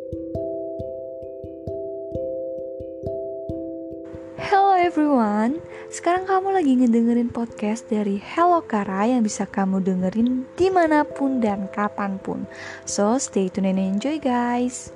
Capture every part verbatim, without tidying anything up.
Hello everyone, sekarang kamu lagi ngedengerin podcast dari Hello Kara yang bisa kamu dengerin dimanapun dan kapanpun. So stay tune and enjoy guys.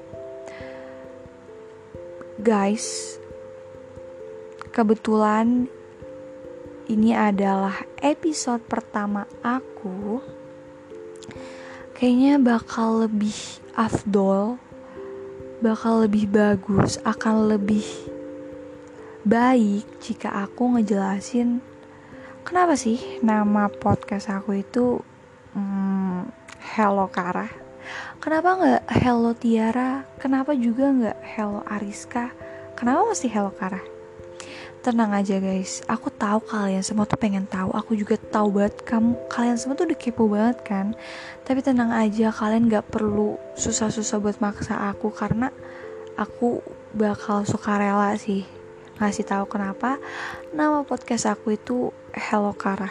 Guys, kebetulan ini adalah episode pertama aku. Kayaknya bakal lebih afdol, bakal lebih bagus, akan lebih baik jika aku ngejelasin kenapa sih nama podcast aku itu hmm, Hello Kara. Kenapa gak Hello Tiara? Kenapa juga gak Hello Ariska? Kenapa mesti Hello Kara? Tenang aja guys, aku tahu kalian semua tuh pengen tahu. Aku juga tahu banget kamu, kalian semua tuh udah kepo banget kan. Tapi tenang aja, kalian gak perlu susah-susah buat maksa aku, karena aku bakal sukarela sih ngasih tahu kenapa nama podcast aku itu Hello Kara.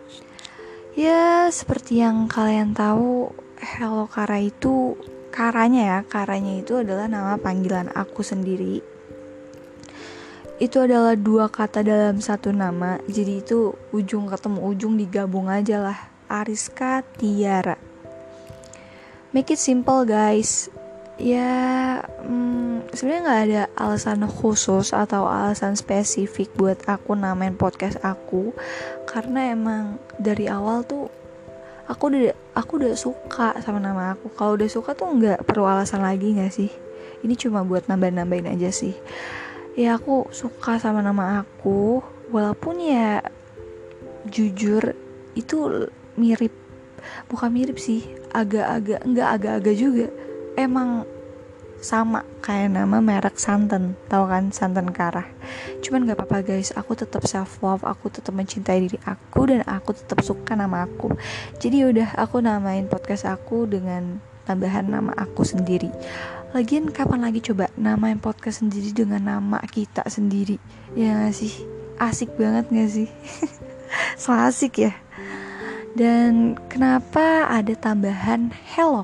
Ya seperti yang kalian tahu, Hello Kara itu Karanya ya, Karanya itu adalah nama panggilan aku sendiri. Itu adalah dua kata dalam satu nama, jadi itu ujung ketemu ujung digabung aja lah, Ariska Tiara. Make it simple guys. Ya hmm, sebenarnya nggak ada alasan khusus atau alasan spesifik buat aku namain podcast aku, karena emang dari awal tuh aku udah aku udah suka sama nama aku. Kalau udah suka tuh nggak perlu alasan lagi nggak sih? Ini cuma buat nambah-nambahin aja sih. Ya aku suka sama nama aku, walaupun ya jujur itu mirip, bukan mirip sih, agak-agak, enggak agak-agak juga, emang sama kayak nama merek santan, tahu kan, santan Kara. Cuman gak apa-apa guys, aku tetap self love, aku tetap mencintai diri aku, dan aku tetap suka nama aku. Jadi udah aku namain podcast aku dengan tambahan nama aku sendiri. Lagian kapan lagi coba namain podcast sendiri dengan nama kita sendiri? Ya gak sih? Asik banget gak sih? So asik ya. Dan kenapa ada tambahan hello?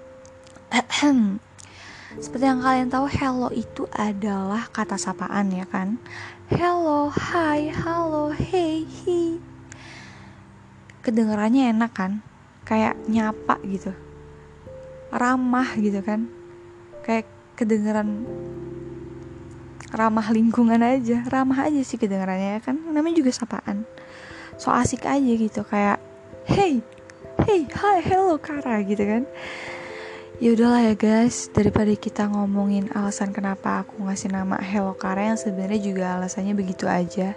Seperti yang kalian tahu, hello itu adalah kata sapaan ya kan? Hello, hi, halo, hey, hi. Kedengarannya enak kan? Kayak nyapa gitu, ramah gitu kan? Kayak kedengeran ramah lingkungan aja, ramah aja sih kedengarannya ya kan? Namanya juga sapaan. So asik aja gitu, kayak hey, hey, hi, hello Kara gitu kan? Ya udahlah ya guys, daripada kita ngomongin alasan kenapa aku ngasih nama Hello Kara, yang sebenarnya juga alasannya begitu aja.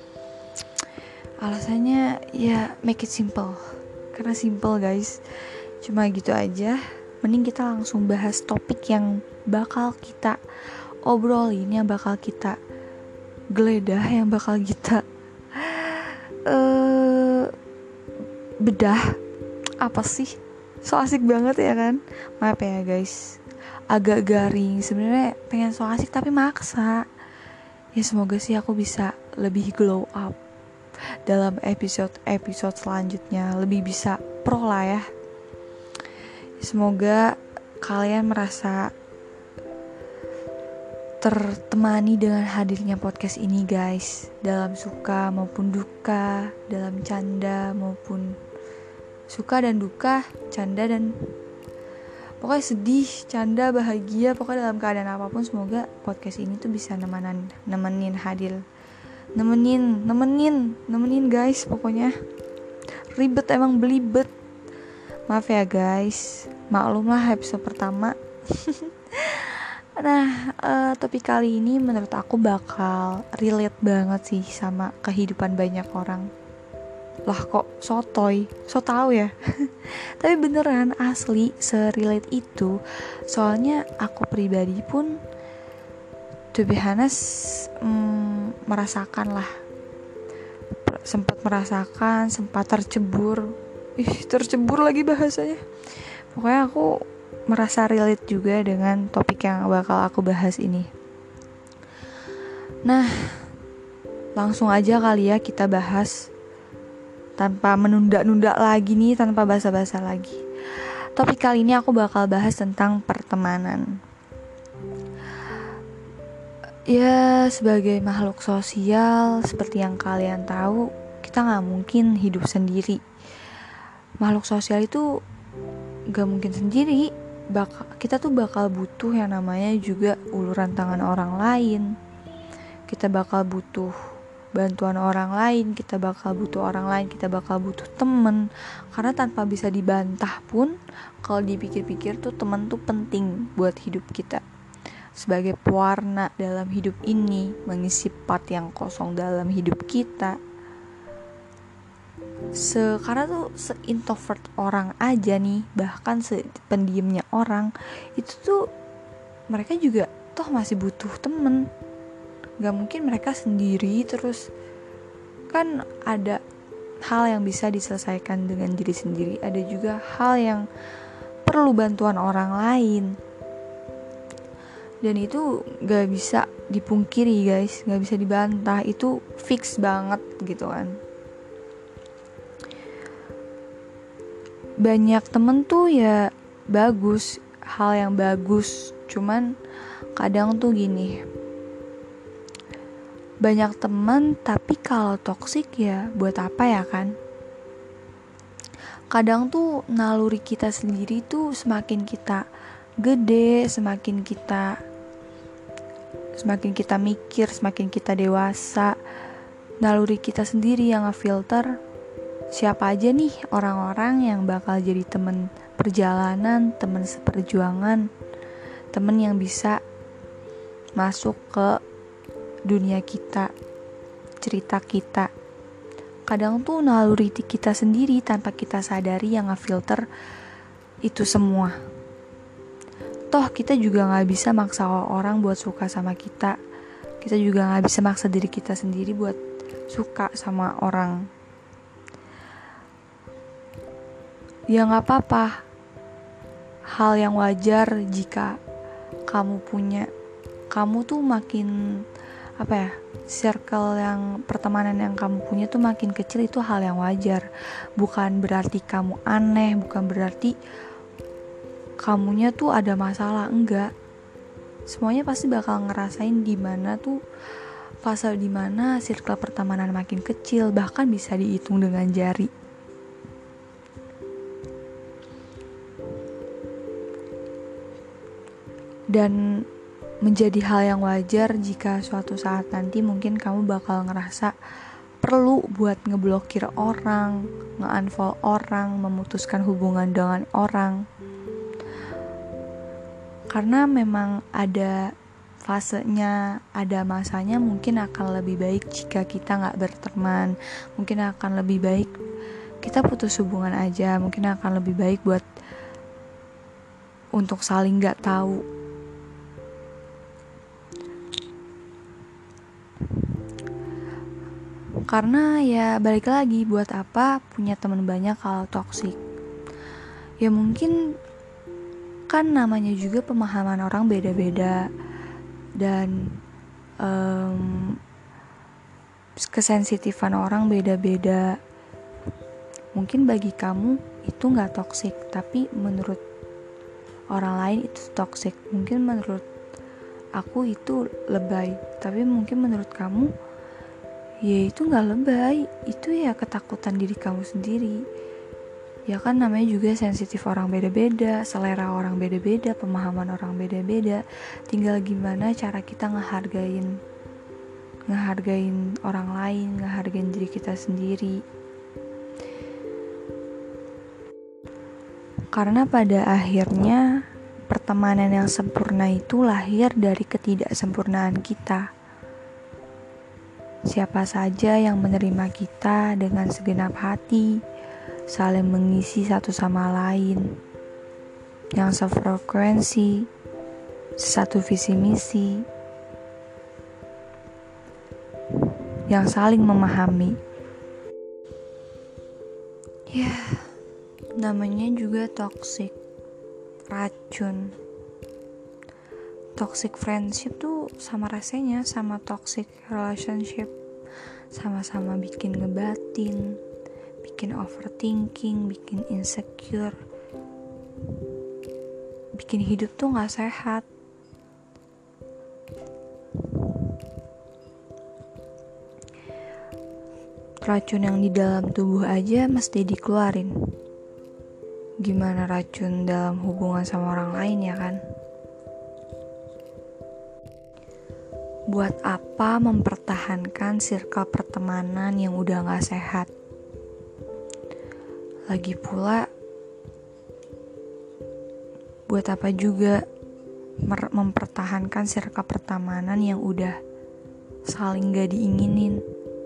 Alasannya ya make it simple, karena simple guys, cuma gitu aja. Mending kita langsung bahas topik yang bakal kita obrolin, yang bakal kita geledah, yang bakal kita uh, bedah. Apa sih? So asik banget ya kan? Maaf ya guys, agak garing. Sebenarnya pengen so asik tapi maksa. Ya semoga sih aku bisa lebih glow up dalam episode-episode selanjutnya, lebih bisa pro lah ya. Semoga kalian merasa tertemani dengan hadirnya podcast ini guys, dalam suka maupun duka, dalam canda maupun suka dan duka, canda dan pokoknya sedih, canda, bahagia, pokoknya dalam keadaan apapun, semoga podcast ini tuh bisa nemenin, nemenin hadir, nemenin, nemenin, nemenin guys. Pokoknya ribet, emang belibet. Maaf ya guys, maklumlah episode pertama. Nah, uh, topik kali ini menurut aku bakal relate banget sih sama kehidupan banyak orang. Lah kok sotoy, so tau ya. Tapi beneran asli serelate itu. Soalnya aku pribadi pun to be honest hmm, merasakan lah, sempat merasakan, sempat tercebur. Ih, tercebur lagi bahasanya. Pokoknya aku merasa relate juga dengan topik yang bakal aku bahas ini. Nah, langsung aja kali ya kita bahas, tanpa menunda-nunda lagi nih, tanpa basa-basa lagi. Topik kali ini aku bakal bahas tentang pertemanan. Ya, sebagai makhluk sosial, seperti yang kalian tahu, kita gak mungkin hidup sendiri. Makhluk sosial itu gak mungkin sendiri. Bakal, kita tuh bakal butuh yang namanya juga uluran tangan orang lain. Kita bakal butuh bantuan orang lain, kita bakal butuh orang lain, kita bakal butuh temen. Karena tanpa bisa dibantah pun, kalau dipikir-pikir tuh temen tuh penting buat hidup kita. Sebagai pewarna dalam hidup ini, mengisi part yang kosong dalam hidup kita. Sekarang tuh se-introvert orang aja nih, bahkan sependiamnya orang, itu tuh mereka juga toh masih butuh temen. Gak mungkin mereka sendiri terus. Kan ada hal yang bisa diselesaikan dengan diri sendiri, ada juga hal yang perlu bantuan orang lain. Dan itu gak bisa dipungkiri guys, gak bisa dibantah, itu fix banget gitu kan. Banyak temen tuh ya bagus, hal yang bagus, cuman kadang tuh gini, banyak temen tapi kalau toksik ya buat apa ya kan. Kadang tuh naluri kita sendiri tuh semakin kita gede, semakin kita Semakin kita mikir, semakin kita dewasa, naluri kita sendiri yang ngefilter siapa aja nih orang-orang yang bakal jadi temen perjalanan, temen seperjuangan, temen yang bisa masuk ke dunia kita, cerita kita. Kadang tuh naluri kita sendiri tanpa kita sadari yang ngefilter itu semua. Toh kita juga gak bisa maksa orang buat suka sama kita. Kita juga gak bisa maksa diri kita sendiri buat suka sama orang. Ya gak apa-apa, hal yang wajar jika kamu punya, kamu tuh makin apa ya, circle yang pertemanan yang kamu punya tuh makin kecil, itu hal yang wajar. Bukan berarti kamu aneh, bukan berarti kamunya tuh ada masalah, enggak. Semuanya pasti bakal ngerasain dimana tuh fase dimana circle pertemanan makin kecil, bahkan bisa dihitung dengan jari. Dan menjadi hal yang wajar jika suatu saat nanti mungkin kamu bakal ngerasa perlu buat ngeblokir orang, nge-unfollow orang, memutuskan hubungan dengan orang. Karena memang ada fasenya, ada masanya mungkin akan lebih baik jika kita gak berteman. Mungkin akan lebih baik kita putus hubungan aja. Mungkin akan lebih baik buat untuk saling gak tahu. Karena ya balik lagi, buat apa punya teman banyak kalau toksik? Ya mungkin kan namanya juga pemahaman orang beda-beda, dan um, kesensitifan orang beda-beda. Mungkin bagi kamu itu gak toksik, tapi menurut orang lain itu toksik. Mungkin menurut aku itu lebay, tapi mungkin menurut kamu ya itu gak lebay, itu ya ketakutan diri kamu sendiri. Ya kan namanya juga sensitif orang beda-beda, selera orang beda-beda, pemahaman orang beda-beda. Tinggal gimana cara kita ngehargain Ngehargain orang lain, ngehargain diri kita sendiri. Karena pada akhirnya pertemanan yang sempurna itu lahir dari ketidaksempurnaan kita. Siapa saja yang menerima kita dengan segenap hati, saling mengisi satu sama lain, yang sefrekuensi, satu visi misi, yang saling memahami. Ya, namanya juga toxic, racun. Toxic friendship tuh sama rasanya sama toxic relationship, sama-sama bikin ngebatin, bikin overthinking, bikin insecure, bikin hidup tuh gak sehat. racun yang di dalam tubuh aja mesti dikeluarin. Gimana racun dalam hubungan sama orang lain, ya kan? Buat apa mempertahankan circle pertemanan yang udah gak sehat? Lagi pula, buat apa juga mempertahankan circle pertemanan yang udah saling gak diinginin?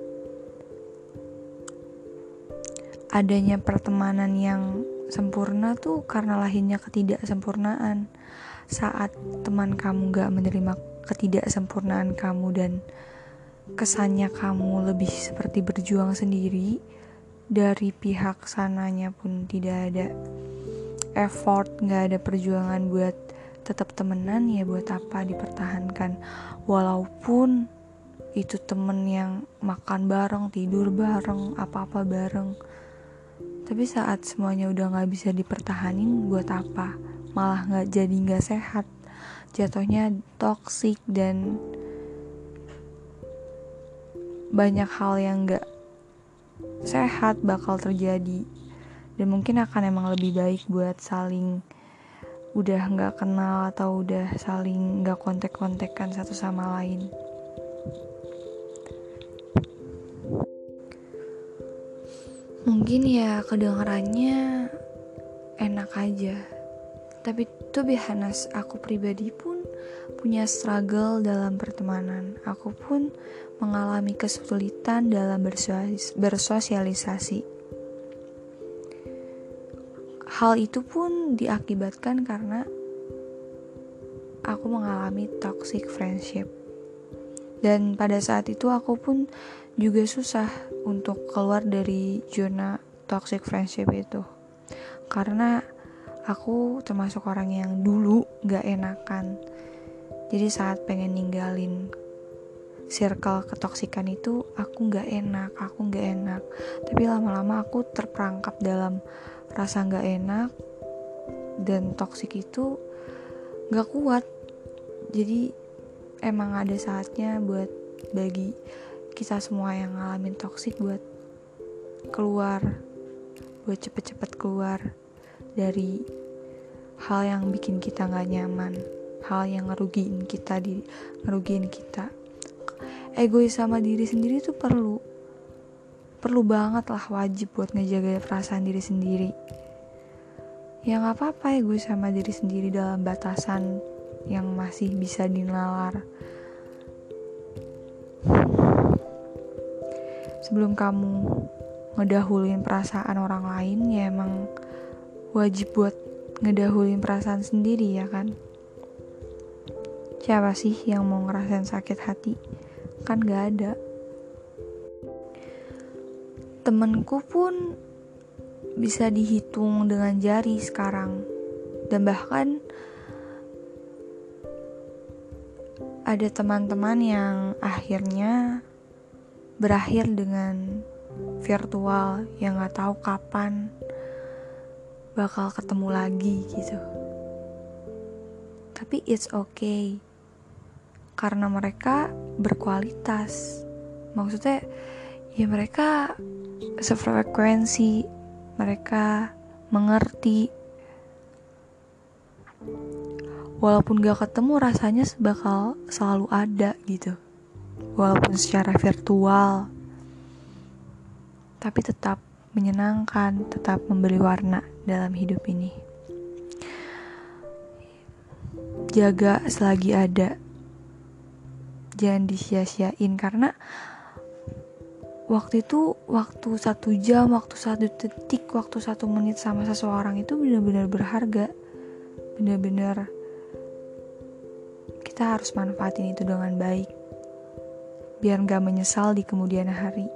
Adanya pertemanan yang sempurna tuh karena lahirnya ketidaksempurnaan. Saat teman kamu gak menerima ketidaksempurnaan kamu dan kesannya kamu lebih seperti berjuang sendiri, dari pihak sananya pun tidak ada effort, gak ada perjuangan buat tetap temenan, ya buat apa dipertahankan? Walaupun itu temen yang makan bareng, tidur bareng, apa-apa bareng. Tapi saat semuanya udah gak bisa dipertahanin, buat apa? Malah gak jadi gak sehat. Jatuhnya toksik dan banyak hal yang gak sehat bakal terjadi. Dan mungkin akan emang lebih baik buat saling udah gak kenal atau udah saling gak kontek-kontekan satu sama lain. Mungkin ya kedengarannya enak aja, tapi to be honest, aku pribadi pun punya struggle dalam pertemanan. Aku pun mengalami kesulitan dalam bersosialisasi. Hal itu pun diakibatkan karena aku mengalami toxic friendship. Dan pada saat itu aku pun juga susah untuk keluar dari zona toxic friendship itu. Karena aku termasuk orang yang dulu gak enakan. Jadi saat pengen ninggalin circle ketoksikan itu, aku gak enak, aku gak enak. Tapi lama-lama aku terperangkap dalam rasa gak enak, dan toksik itu gak kuat. Jadi emang ada saatnya buat bagi kita semua yang ngalamin toksik buat keluar, buat cepet-cepet keluar dari hal yang bikin kita gak nyaman, hal yang ngerugiin kita di ngerugiin kita. Egois sama diri sendiri tuh perlu perlu banget lah, wajib buat ngejaga perasaan diri sendiri. Ya gak apa-apa egois sama diri sendiri dalam batasan yang masih bisa dinalar. Sebelum kamu ngedahuluin perasaan orang lain, ya emang wajib buat ngedahuluin perasaan sendiri, ya kan? Siapa sih yang mau ngerasain sakit hati? Kan gak ada. Temenku pun bisa dihitung dengan jari sekarang. Dan bahkan ada teman-teman yang akhirnya berakhir dengan virtual, yang gak tahu kapan bakal ketemu lagi gitu. Tapi it's okay, karena mereka berkualitas. Maksudnya ya mereka sefrekuensi, mereka mengerti. Walaupun gak ketemu, rasanya bakal selalu ada gitu. Walaupun secara virtual, tapi tetap menyenangkan, tetap memberi warna dalam hidup ini. Jaga selagi ada, jangan disia-siain, karena waktu itu, waktu satu jam, waktu satu detik, waktu satu menit sama seseorang itu benar-benar berharga. Benar-benar kita harus manfaatin itu dengan baik, biar gak menyesal di kemudian hari.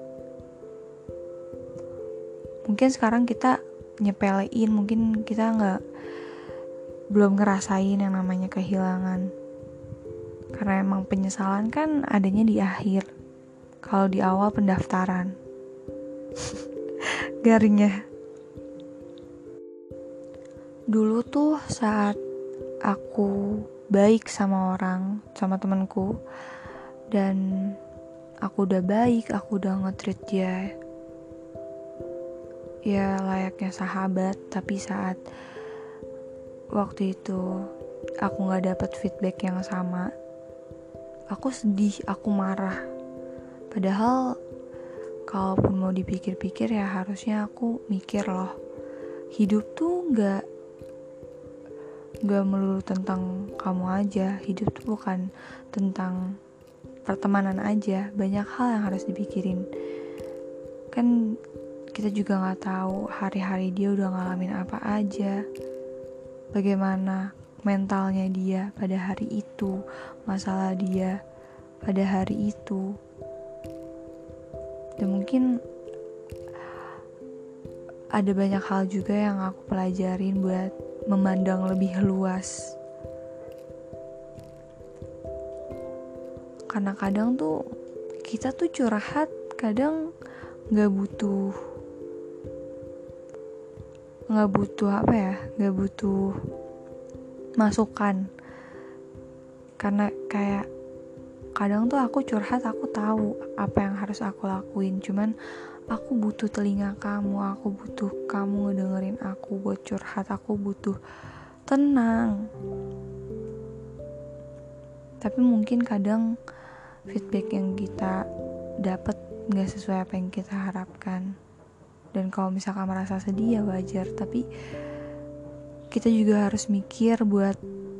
Mungkin sekarang kita nyepelein, mungkin kita gak belum ngerasain yang namanya kehilangan, karena emang penyesalan kan adanya di akhir. Kalau di awal pendaftaran garingnya. Dulu tuh saat aku baik sama orang, sama temanku, dan aku udah baik, aku udah nge-treat dia ya layaknya sahabat. Tapi saat waktu itu aku gak dapet feedback yang sama, aku sedih, aku marah. Padahal kalaupun mau dipikir-pikir ya harusnya aku mikir loh, hidup tuh gak gak melulu tentang kamu aja. Hidup tuh bukan tentang pertemanan aja, banyak hal yang harus dipikirin. Kan kita juga gak tahu hari-hari dia udah ngalamin apa aja, bagaimana mentalnya dia pada hari itu, masalah dia pada hari itu. Dan mungkin ada banyak hal juga yang aku pelajarin buat memandang lebih luas. Karena kadang tuh kita tuh curhat, kadang gak butuh gak butuh apa ya gak butuh masukan. Karena kayak kadang tuh aku curhat, aku tahu apa yang harus aku lakuin, cuman aku butuh telinga kamu, aku butuh kamu ngedengerin aku buat curhat, aku butuh tenang. Tapi mungkin kadang feedback yang kita dapat gak sesuai apa yang kita harapkan. Dan kalau misalkan merasa sedih ya wajar, tapi kita juga harus mikir buat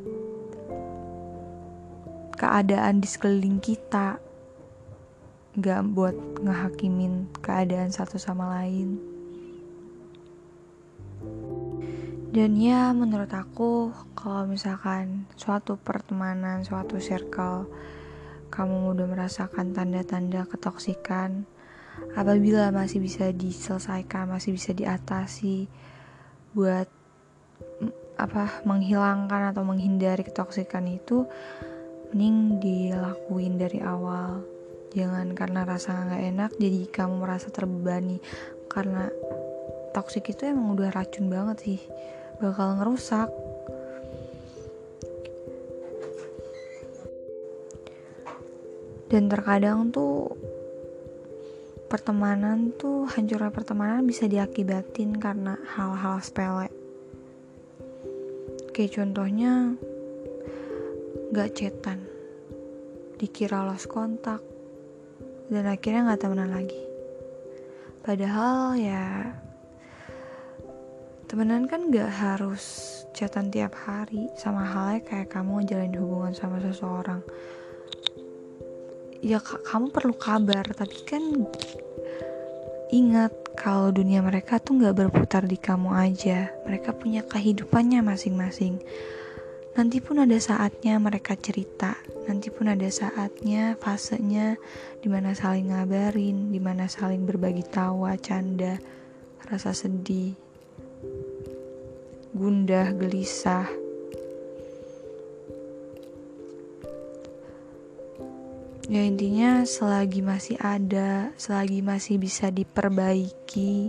keadaan di sekeliling kita, gak buat ngehakimin keadaan satu sama lain. Dan ya menurut aku, kalau misalkan suatu pertemanan, suatu circle kamu udah merasakan tanda-tanda ketoksikan, apabila masih bisa diselesaikan, masih bisa diatasi buat apa menghilangkan atau menghindari ketoksikan itu, mending dilakuin dari awal. Jangan karena rasa gak enak jadi kamu merasa terbebani. Karena toksik itu emang udah racun banget sih, bakal ngerusak. Dan terkadang tuh pertemanan tuh hancurnya pertemanan bisa diakibatin karena hal-hal sepele. Kayak contohnya gak chatan, dikira lost kontak, dan akhirnya gak temenan lagi. Padahal ya temenan kan gak harus chatan tiap hari. Sama halnya kayak kamu ngejalanin hubungan sama seseorang, ya k- kamu perlu kabar, tapi kan ingat kalau dunia mereka tuh gak berputar di kamu aja. Mereka punya kehidupannya masing-masing. Nanti pun ada saatnya mereka cerita, nanti pun ada saatnya, fasenya dimana saling ngabarin, dimana saling berbagi tawa, canda, rasa sedih, gundah, gelisah. Ya intinya selagi masih ada, selagi masih bisa diperbaiki,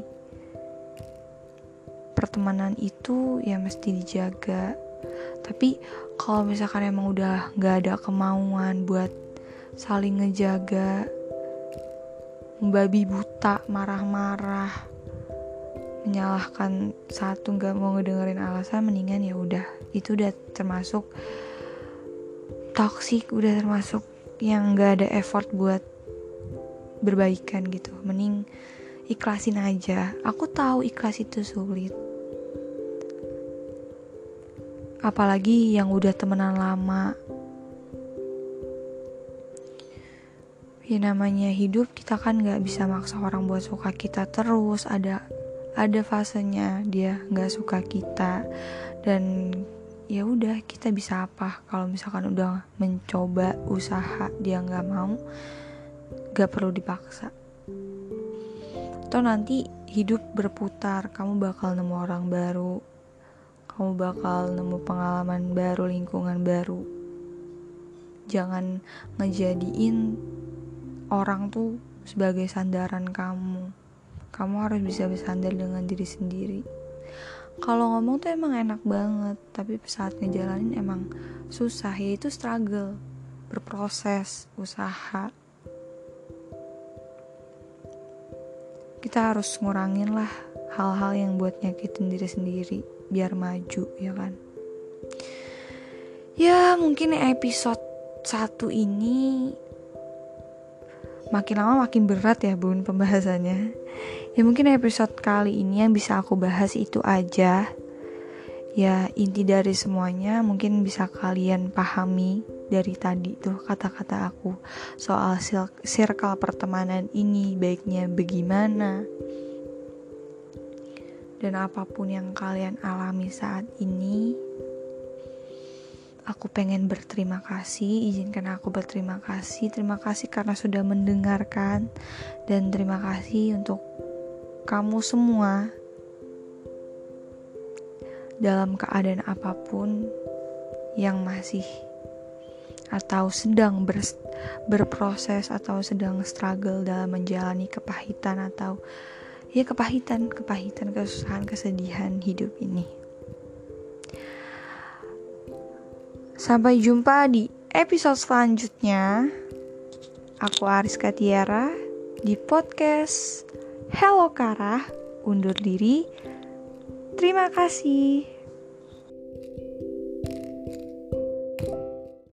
pertemanan itu ya mesti dijaga. Tapi kalau misalkan emang udah gak ada kemauan buat saling ngejaga, membabi buta, marah-marah, menyalahkan satu, gak mau ngedengerin alasan, mendingan ya udah, itu udah termasuk toksik, udah termasuk yang gak ada effort buat berbaikan gitu. Mending ikhlasin aja. Aku tahu ikhlas itu sulit, apalagi yang udah temenan lama. Ya namanya hidup, kita kan gak bisa maksa orang buat suka kita terus. Ada ada fasenya dia gak suka kita, dan ya udah, kita bisa apa kalau misalkan udah mencoba usaha dia gak mau, gak perlu dipaksa. Atau nanti hidup berputar, kamu bakal nemu orang baru, kamu bakal nemu pengalaman baru, lingkungan baru. Jangan ngejadiin orang tuh sebagai sandaran kamu. Kamu harus bisa bersandar dengan diri sendiri. Kalau ngomong tuh emang enak banget, tapi saat ngejalanin emang susah. Yaitu struggle, berproses, usaha. kita harus ngurangin lah hal-hal yang buat nyakitin diri sendiri biar maju, ya kan. Ya mungkin episode satu ini makin lama makin berat ya bun pembahasannya. Ya mungkin episode kali ini yang bisa aku bahas itu aja. Ya inti dari semuanya mungkin bisa kalian pahami dari tadi tuh kata-kata aku soal circle pertemanan ini baiknya bagaimana. Dan apapun yang kalian alami saat ini, aku pengen berterima kasih, izinkan aku berterima kasih. Terima kasih karena sudah mendengarkan. Dan terima kasih untuk kamu semua dalam keadaan apapun yang masih atau sedang ber, berproses atau sedang struggle dalam menjalani kepahitan atau ya kepahitan, kepahitan, kesusahan, kesedihan hidup ini. Sampai jumpa di episode selanjutnya. Aku Ariska Tiara di podcast Hello Kara. Undur diri. Terima kasih.